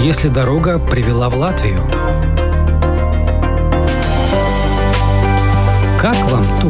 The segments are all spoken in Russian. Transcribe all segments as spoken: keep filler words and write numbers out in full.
если дорога привела в Латвию? Как вам тут?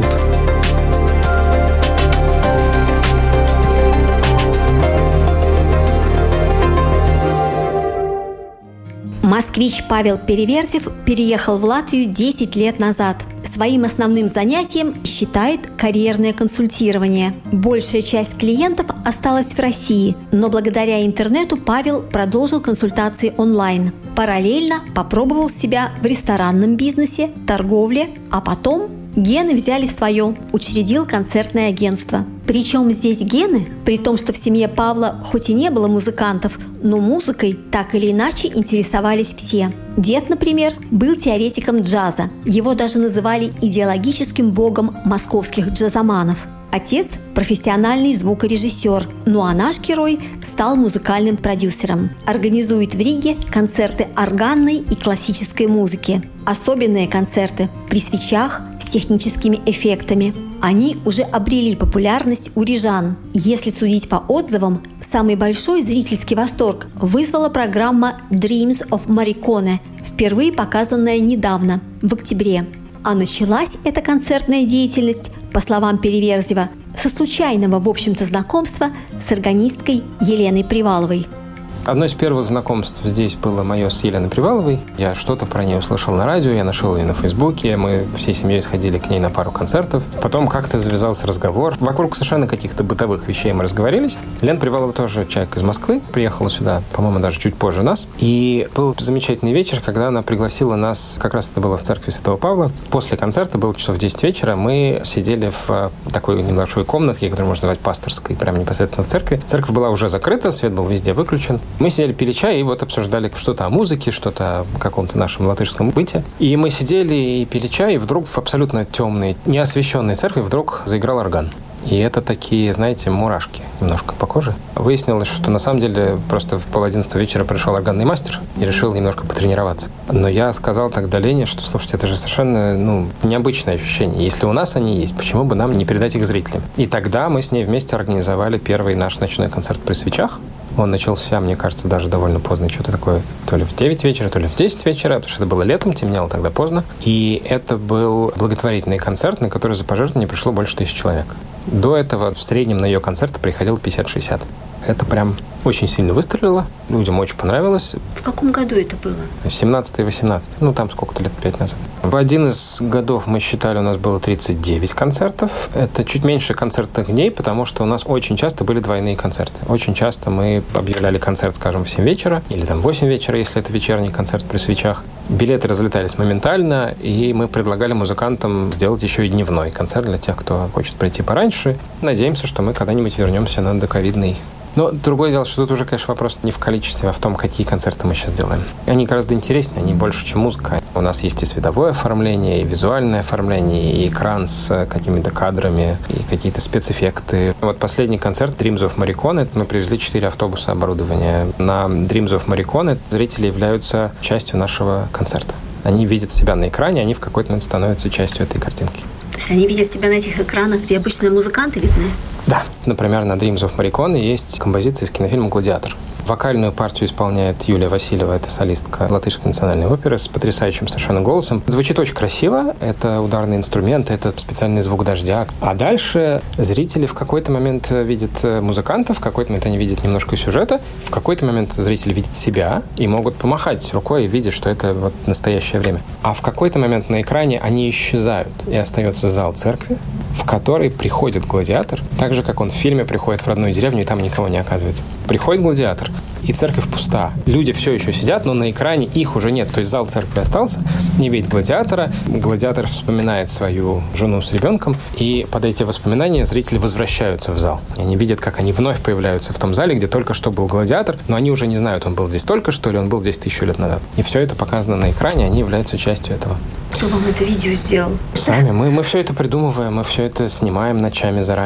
Москвич Павел Переверзев переехал в Латвию десять лет назад. Своим основным занятием считает карьерное консультирование. Большая часть клиентов осталась в России, но благодаря интернету Павел продолжил консультации онлайн. Параллельно попробовал себя в ресторанном бизнесе, торговле, а потом гены взяли свое, учредил концертное агентство. Причем здесь гены, при том, что в семье Павла хоть и не было музыкантов, но музыкой так или иначе интересовались все. Дед, например, был теоретиком джаза. Его даже называли идеологическим богом московских джазоманов. Отец – профессиональный звукорежиссер, ну а наш герой стал музыкальным продюсером. Организует в Риге концерты органной и классической музыки. Особенные концерты при свечах с техническими эффектами. Они уже обрели популярность у рижан. Если судить по отзывам, самый большой зрительский восторг вызвала программа Dreams of Morricone, впервые показанная недавно, в октябре. А началась эта концертная деятельность, по словам Переверзева, со случайного, в общем-то, знакомства с органисткой Еленой Приваловой. Одно из первых знакомств здесь было мое с Еленой Приваловой. Я что-то про нее услышал на радио, я нашел ее на Фейсбуке, мы всей семьей сходили к ней на пару концертов. Потом как-то завязался разговор. Вокруг совершенно каких-то бытовых вещей мы разговорились. Лена Привалова тоже человек из Москвы, приехала сюда, по-моему, даже чуть позже нас. И был замечательный вечер, когда она пригласила нас, как раз это было в церкви Святого Павла. После концерта, было часов десять вечера, мы сидели в такой небольшой комнатке, которую можно назвать пасторской, прямо непосредственно в церкви. Церковь была уже закрыта, свет был везде выключен. Мы сидели, пили чай и вот обсуждали что-то о музыке, что-то о каком-то нашем латышском быте. И мы сидели и пили чай, и вдруг в абсолютно темной, неосвещенной церкви вдруг заиграл орган. И это такие, знаете, мурашки немножко по коже. Выяснилось, что на самом деле просто в пол одиннадцатого вечера пришел органный мастер и решил немножко потренироваться. Но я сказал тогда Лене, что, слушайте, это же совершенно ну, необычное ощущение. Если у нас они есть, почему бы нам не передать их зрителям? И тогда мы с ней вместе организовали первый наш ночной концерт при свечах. Он начался, мне кажется, даже довольно поздно, что-то такое, то ли в девять вечера, то ли в десять вечера, потому что это было летом, темнело тогда поздно. И это был благотворительный концерт, на который за пожертвование пришло больше тысячи человек. До этого в среднем на ее концерты приходило пятьдесят-шестьдесят. Это прям очень сильно выстрелило. Людям очень понравилось. В каком году это было? семнадцатый восемнадцатый. Ну, там сколько-то лет, пять назад. В один из годов мы считали, у нас было тридцать девять концертов. Это чуть меньше концертных дней, потому что у нас очень часто были двойные концерты. Очень часто мы объявляли концерт, скажем, в семь вечера, или там в восемь вечера, если это вечерний концерт при свечах. Билеты разлетались моментально, и мы предлагали музыкантам сделать еще и дневной концерт для тех, кто хочет прийти пораньше. Надеемся, что мы когда-нибудь вернемся на доковидный. Но другое дело, что тут уже, конечно, вопрос не в количестве, а в том, какие концерты мы сейчас делаем. Они гораздо интереснее, они больше, чем музыка. У нас есть и световое оформление, и визуальное оформление, и экран с какими-то кадрами, и какие-то спецэффекты. Вот последний концерт Dreams of Morricone, мы привезли четыре автобуса оборудования. На Dreams of Morricone зрители являются частью нашего концерта. Они видят себя на экране, они в какой-то момент становятся частью этой картинки. То есть они видят себя на этих экранах, где обычно музыканты видны? Да. Например, на Dreams of Morricone есть композиция из кинофильма «Гладиатор». Вокальную партию исполняет Юлия Васильева, это солистка Латышской национальной оперы с потрясающим совершенно голосом. Звучит очень красиво, это ударные инструменты, это специальный звук дождя. А дальше зрители в какой-то момент видят музыкантов, в какой-то момент они видят немножко сюжета, в какой-то момент зрители видят себя и могут помахать рукой и видят, что это вот настоящее время. А в какой-то момент на экране они исчезают, и остается зал церкви, в который приходит гладиатор, так же, как он в фильме приходит в родную деревню, и там никого не оказывается. Приходит гладиатор, и церковь пуста. Люди все еще сидят, но на экране их уже нет. То есть зал церкви остался, не видит гладиатора. Гладиатор вспоминает свою жену с ребенком, и под эти воспоминания зрители возвращаются в зал. Они видят, как они вновь появляются в том зале, где только что был гладиатор, но они уже не знают, он был здесь только что или он был здесь тысячу лет назад. И все это показано на экране, они являются частью этого. Кто вам это видео сделал? Сами. Мы, мы все это придумываем, мы все это снимаем ночами заранее.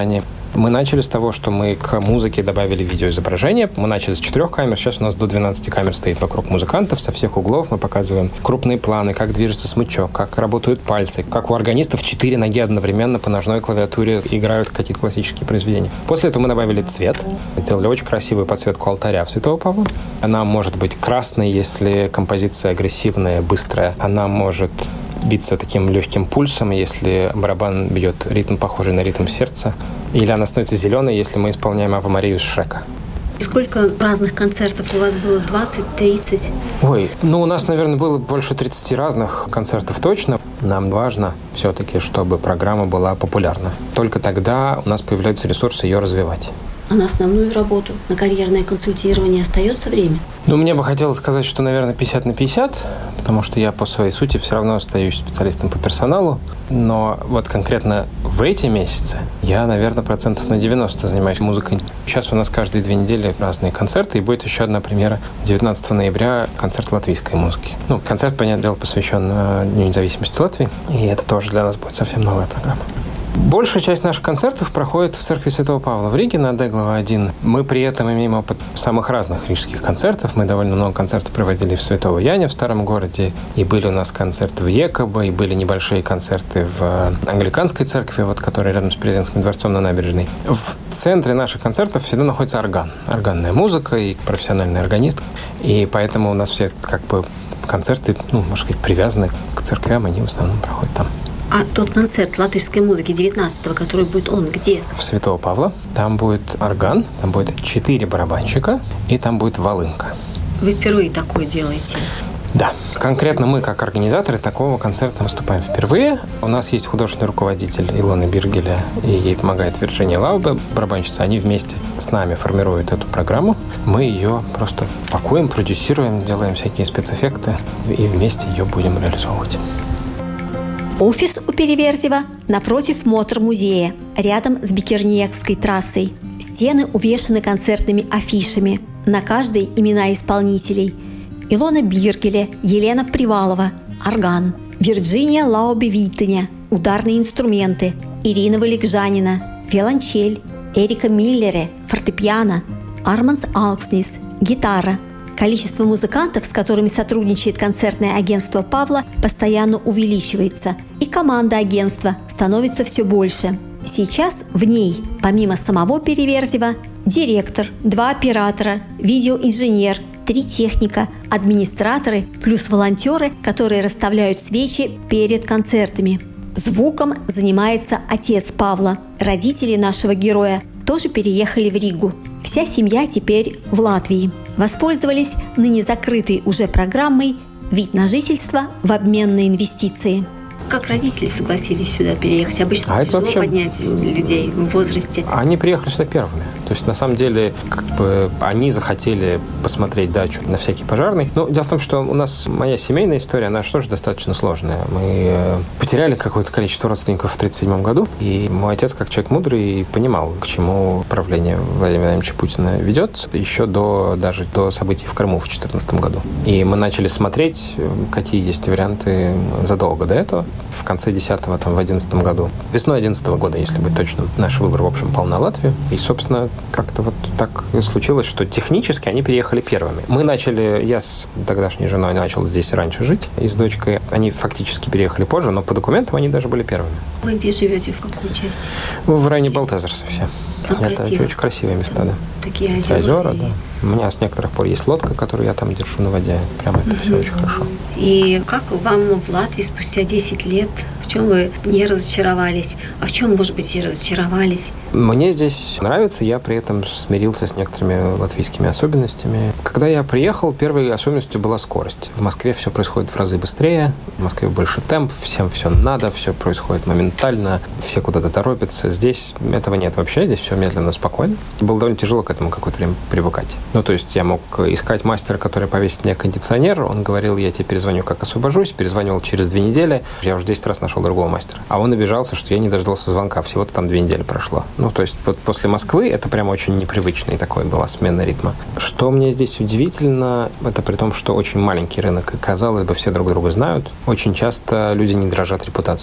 Мы начали с того, что мы к музыке добавили видеоизображение. Мы начали с четырех камер, сейчас у нас до двенадцати камер стоит вокруг музыкантов. Со всех углов мы показываем крупные планы, как движется смычок, как работают пальцы, как у органистов четыре ноги одновременно по ножной клавиатуре играют какие-то классические произведения. После этого мы добавили цвет. Сделали очень красивую подсветку алтаря в Святого Павла. Она может быть красной, если композиция агрессивная, быстрая. Она может биться таким легким пульсом, если барабан бьет ритм, похожий на ритм сердца. Или она становится зеленой, если мы исполняем Аве Марию из Шрека. И сколько разных концертов у вас было? двадцать-тридцать? Ой, ну у нас, наверное, было больше тридцати разных концертов точно. Нам важно все-таки, чтобы программа была популярна. Только тогда у нас появляются ресурсы ее развивать. А на основную работу, на карьерное консультирование остается время? Ну, мне бы хотелось сказать, что, наверное, пятьдесят на пятьдесят, потому что я по своей сути все равно остаюсь специалистом по персоналу. Но вот конкретно в эти месяцы я, наверное, процентов на девяносто занимаюсь музыкой. Сейчас у нас каждые две недели разные концерты, и будет еще одна премьера девятнадцатого ноября, концерт латвийской музыки. Ну, концерт, понятное дело, посвящен Дню независимости Латвии, и это тоже для нас будет совсем новая программа. Большая часть наших концертов проходит в церкви Святого Павла в Риге на Деглова один. Мы при этом имеем опыт самых разных рижских концертов. Мы довольно много концертов проводили в Святого Яне в старом городе. И были у нас концерты в Екобе, и были небольшие концерты в англиканской церкви, вот, которая рядом с Президентским дворцом на набережной. В центре наших концертов всегда находится орган. Органная музыка и профессиональный органист. И поэтому у нас все как бы концерты, ну, можно сказать, привязаны к церквям, они в основном проходят там. А тот концерт латышской музыки девятнадцатого, который будет он, где? В Святого Павла. Там будет орган, там будет четыре барабанщика, и там будет волынка. Вы впервые такое делаете? Да. Конкретно мы, как организаторы такого концерта, выступаем впервые. У нас есть художественный руководитель Илона Биргеля, и ей помогает Вирджиния Лаубе, барабанщица. Они вместе с нами формируют эту программу. Мы ее просто пакуем, продюсируем, делаем всякие спецэффекты, и вместе ее будем реализовывать. Офис у Переверзева напротив Мотор-музея, рядом с Бикерниекской трассой. Стены увешаны концертными афишами, на каждой имена исполнителей. Илона Биргеле, Елена Привалова, орган. Вирджиния Лаубе-Виттеня, ударные инструменты. Ирина Валикжанина, виолончель. Эрика Миллере, фортепиано. Арманс Алкснис, гитара. Количество музыкантов, с которыми сотрудничает концертное агентство Павла, постоянно увеличивается, и команда агентства становится все больше. Сейчас в ней, помимо самого Переверзева, директор, два оператора, видеоинженер, три техника, администраторы, плюс волонтеры, которые расставляют свечи перед концертами. Звуком занимается отец Павла. Родители нашего героя тоже переехали в Ригу. Вся семья теперь в Латвии. Воспользовались ныне закрытой уже программой «Вид на жительство в обмен на инвестиции». Как родители согласились сюда переехать? Обычно а тяжело вообще... поднять людей в возрасте. Они приехали сюда первыми. То есть, на самом деле, как бы они захотели посмотреть дачу на всякий пожарный. Но дело в том, что у нас моя семейная история, она же тоже достаточно сложная. Мы потеряли какое-то количество родственников в тридцать седьмом году. И мой отец, как человек мудрый, понимал, к чему правление Владимира Владимировича Путина ведет, еще до, даже до событий в Крыму в две тысячи четырнадцатом году. И мы начали смотреть, какие есть варианты задолго до этого. В конце десятого, там, в одиннадцатом году. Весной одиннадцатого года, если быть точным. Наш выбор, в общем, пал на Латвию. И, собственно, как-то вот так случилось, что технически они переехали первыми. Мы начали, я с тогдашней женой начал здесь раньше жить, и с дочкой. Они фактически переехали позже, но по документам они даже были первыми. Вы где живете, в какой части? В районе Балтезерса все. Там Это красиво. очень красивые места, да. Такие озера. Озера, да. У меня с некоторых пор есть лодка, которую я там держу на воде. Прямо это все очень хорошо. И как вам в Латвии спустя десять лет, в чем вы не разочаровались, а в чем, может быть, и разочаровались? Мне здесь нравится, я при этом смирился с некоторыми латвийскими особенностями. Когда я приехал, первой особенностью была скорость. В Москве все происходит в разы быстрее, в Москве больше темп, всем все надо, все происходит моментально, все куда-то торопятся. Здесь этого нет вообще, здесь все медленно, спокойно. Было довольно тяжело к этому какое-то время привыкать. Ну, то есть я мог искать мастера, который повесит мне кондиционер, он говорил, я тебе перезвоню, как освобожусь, перезвонил через две недели, я уже десять раз нашел другого мастера. А он обижался, что я не дождался звонка, всего-то там две недели прошло. Ну, то есть вот после Москвы это прямо очень непривычный такой была смена ритма. Что мне здесь удивительно, это при том, что очень маленький рынок, и, казалось бы, все друг друга знают. Очень часто люди не дорожат репутацией.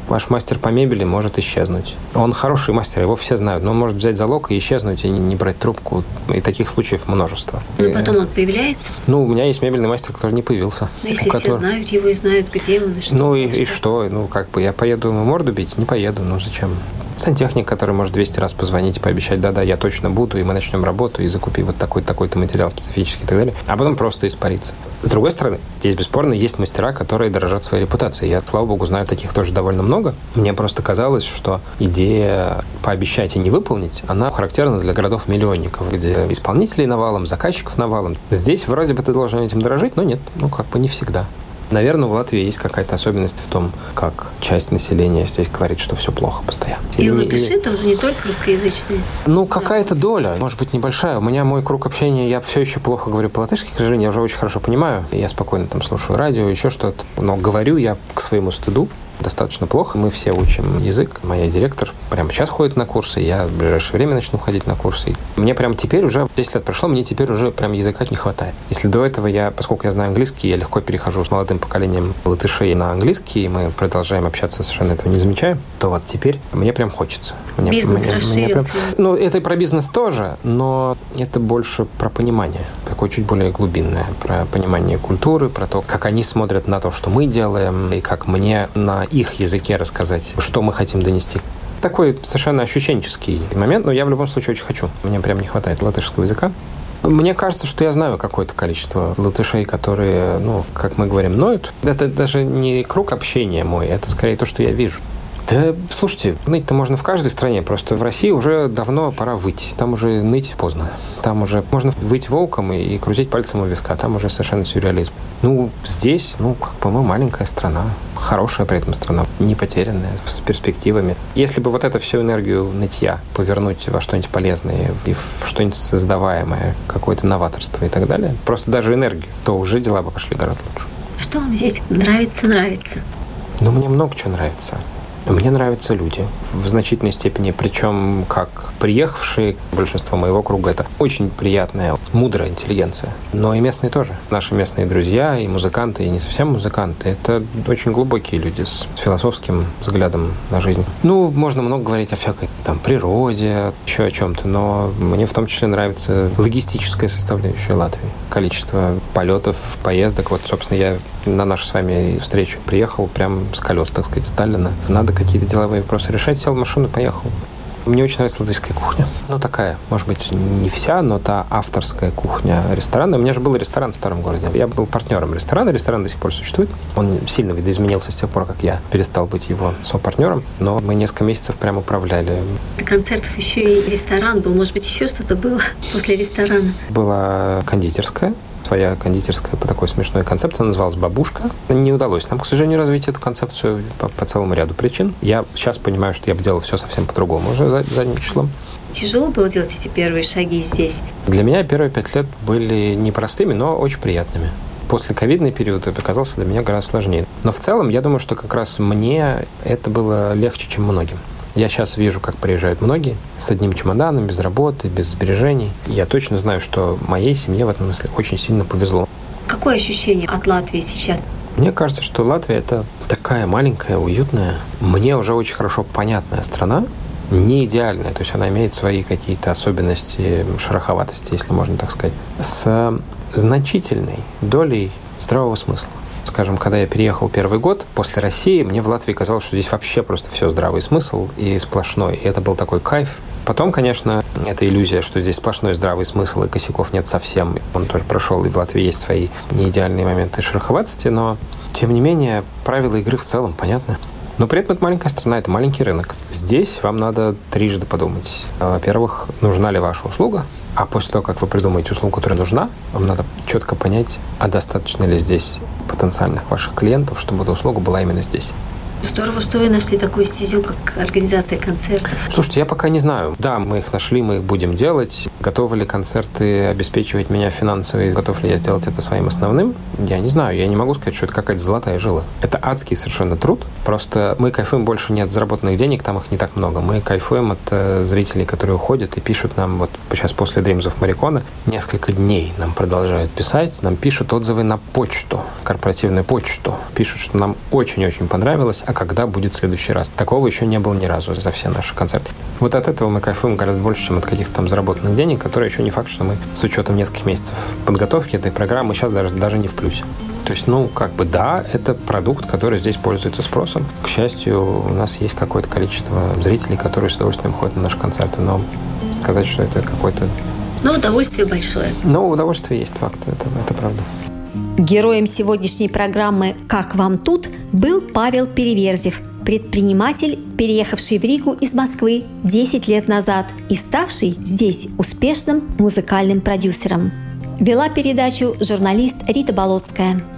Ваш мастер по мебели может исчезнуть. Он хороший мастер, его все знают, но он может взять залог и исчезнуть, и не брать трубку. И таких случаев множество. Но потом он появляется? Ну, у меня есть мебельный мастер, который не появился. Но если который... все знают его и знают, где он, и что? Ну и, и что? Ну, как бы я поеду ему морду бить? Не поеду, ну зачем? Сантехник, который может двести раз позвонить и пообещать, да-да, я точно буду, и мы начнем работу, и закупи вот такой-то такой-то материал специфический и так далее, а потом просто испариться. С другой стороны, здесь бесспорно есть мастера, которые дорожат своей репутацией. Я, слава богу, знаю таких тоже довольно много. Мне просто казалось, что идея пообещать и не выполнить, она характерна для городов-миллионников, где исполнителей навалом, заказчиков навалом. Здесь вроде бы ты должен этим дорожить, но нет, ну как бы не всегда. Наверное, в Латвии есть какая-то особенность в том, как часть населения здесь говорит, что все плохо постоянно. И латыши тоже не только русскоязычные? Ну, какая-то доля, может быть, небольшая. У меня мой круг общения, я все еще плохо говорю по-латышски, к сожалению, я уже очень хорошо понимаю. Я спокойно там слушаю радио, еще что-то. Но говорю я к своему стыду достаточно плохо. Мы все учим язык. Моя директор прямо сейчас ходит на курсы, я в ближайшее время начну ходить на курсы. Мне прям теперь уже, десять лет прошло, мне теперь уже прям языка не хватает. Если до этого я, поскольку я знаю английский, я легко перехожу с молодым поколением латышей на английский, и мы продолжаем общаться, совершенно этого не замечая, то вот теперь мне прям хочется. Мне, бизнес мне, расширился. Мне прям, ну, это и про бизнес тоже, но это больше про понимание, такое чуть более глубинное, про понимание культуры, про то, как они смотрят на то, что мы делаем, и как мне на их языке рассказать, что мы хотим донести. Такой совершенно ощущенческий момент, но я в любом случае очень хочу. Мне прям не хватает латышского языка. Мне кажется, что я знаю какое-то количество латышей, которые, ну, как мы говорим, ноют. Это даже не круг общения мой, это скорее то, что я вижу. Да, слушайте, ныть-то можно в каждой стране, просто в России уже давно пора выйти. Там уже ныть поздно. Там уже можно выйти волком и, и крутить пальцем у виска. Там уже совершенно сюрреализм. Ну, здесь, ну, как бы мы маленькая страна. Хорошая при этом страна, не потерянная, с перспективами. Если бы вот эту всю энергию нытья повернуть во что-нибудь полезное и в что-нибудь создаваемое, какое-то новаторство и так далее, просто даже энергию, то уже дела бы пошли гораздо лучше. А что вам здесь нравится-нравится? Ну, мне много чего нравится. Мне нравятся люди в значительной степени, причем как приехавшие, большинство моего круга, это очень приятная, мудрая интеллигенция. Но и местные тоже. Наши местные друзья, и музыканты, и не совсем музыканты, это очень глубокие люди с философским взглядом на жизнь. Ну, можно много говорить о всякой там природе, еще о чем-то, но мне в том числе нравится логистическая составляющая Латвии. Количество полетов, поездок. Вот, собственно, я на нашу с вами встречу приехал прям с колес, так сказать, Сталина. Надо какие-то деловые вопросы решать, сел в машину, поехал. Мне очень нравится латвийская кухня. Ну, такая, может быть, не вся, но та авторская кухня ресторана. У меня же был ресторан в старом городе. Я был партнером ресторана, ресторан до сих пор существует. Он сильно видоизменился с тех пор, как я перестал быть его сопартнером, но мы несколько месяцев прям управляли. До концертов еще и ресторан был. Может быть, еще что-то было после ресторана? Была кондитерская. Своя кондитерская по такой смешной концепции. Она называлась «Бабушка». Не удалось нам, к сожалению, развить эту концепцию по, по целому ряду причин. Я сейчас понимаю, что я бы делал все совсем по-другому уже задним числом. Тяжело было делать эти первые шаги здесь? Для меня первые пять лет были непростыми, но очень приятными. После ковидный период это оказался для меня гораздо сложнее. Но в целом, я думаю, что как раз мне это было легче, чем многим. Я сейчас вижу, как приезжают многие с одним чемоданом, без работы, без сбережений. Я точно знаю, что моей семье в этом смысле очень сильно повезло. Какое ощущение от Латвии сейчас? Мне кажется, что Латвия – это такая маленькая, уютная, мне уже очень хорошо понятная страна, не идеальная, то есть она имеет свои какие-то особенности, шероховатости, если можно так сказать, с значительной долей здравого смысла. Скажем, когда я переехал первый год после России, мне в Латвии казалось, что здесь вообще просто все здравый смысл и сплошной. И это был такой кайф. Потом, конечно, эта иллюзия, что здесь сплошной здравый смысл и косяков нет совсем. Он тоже прошел, и в Латвии есть свои неидеальные моменты шероховатости, но, тем не менее, правила игры в целом понятны. Но при этом это маленькая страна, это маленький рынок. Здесь вам надо трижды подумать. Во-первых, нужна ли ваша услуга? А после того, как вы придумаете услугу, которая нужна, вам надо четко понять, а достаточно ли здесь потенциальных ваших клиентов, чтобы эта услуга была именно здесь. Здорово, что вы нашли такую стезю, как организация концертов. Слушайте, я пока не знаю. Да, мы их нашли, мы их будем делать. Готовы ли концерты обеспечивать меня финансово? Готов ли я сделать это своим основным? Я не знаю. Я не могу сказать, что это какая-то золотая жила. Это адский совершенно труд. Просто мы кайфуем больше не от заработанных денег, там их не так много. Мы кайфуем от э, зрителей, которые уходят и пишут нам, вот сейчас после Dreams of Maricona, несколько дней нам продолжают писать, нам пишут отзывы на почту, корпоративную почту. Пишут, что нам очень-очень понравилось. когда будет следующий раз. Такого еще не было ни разу за все наши концерты. Вот от этого мы кайфуем гораздо больше, чем от каких-то там заработанных денег, которые еще не факт, что мы с учетом нескольких месяцев подготовки этой программы сейчас даже, даже не в плюсе. То есть, ну, как бы, да, это продукт, который здесь пользуется спросом. К счастью, у нас есть какое-то количество зрителей, которые с удовольствием ходят на наши концерты, но сказать, что это какой-то... Но удовольствие большое. Но удовольствие есть, факт, это, это правда. Героем сегодняшней программы «Как вам тут» был Павел Переверзев, предприниматель, переехавший в Ригу из Москвы десять лет назад и ставший здесь успешным музыкальным продюсером. Вела передачу журналист Рита Болотская.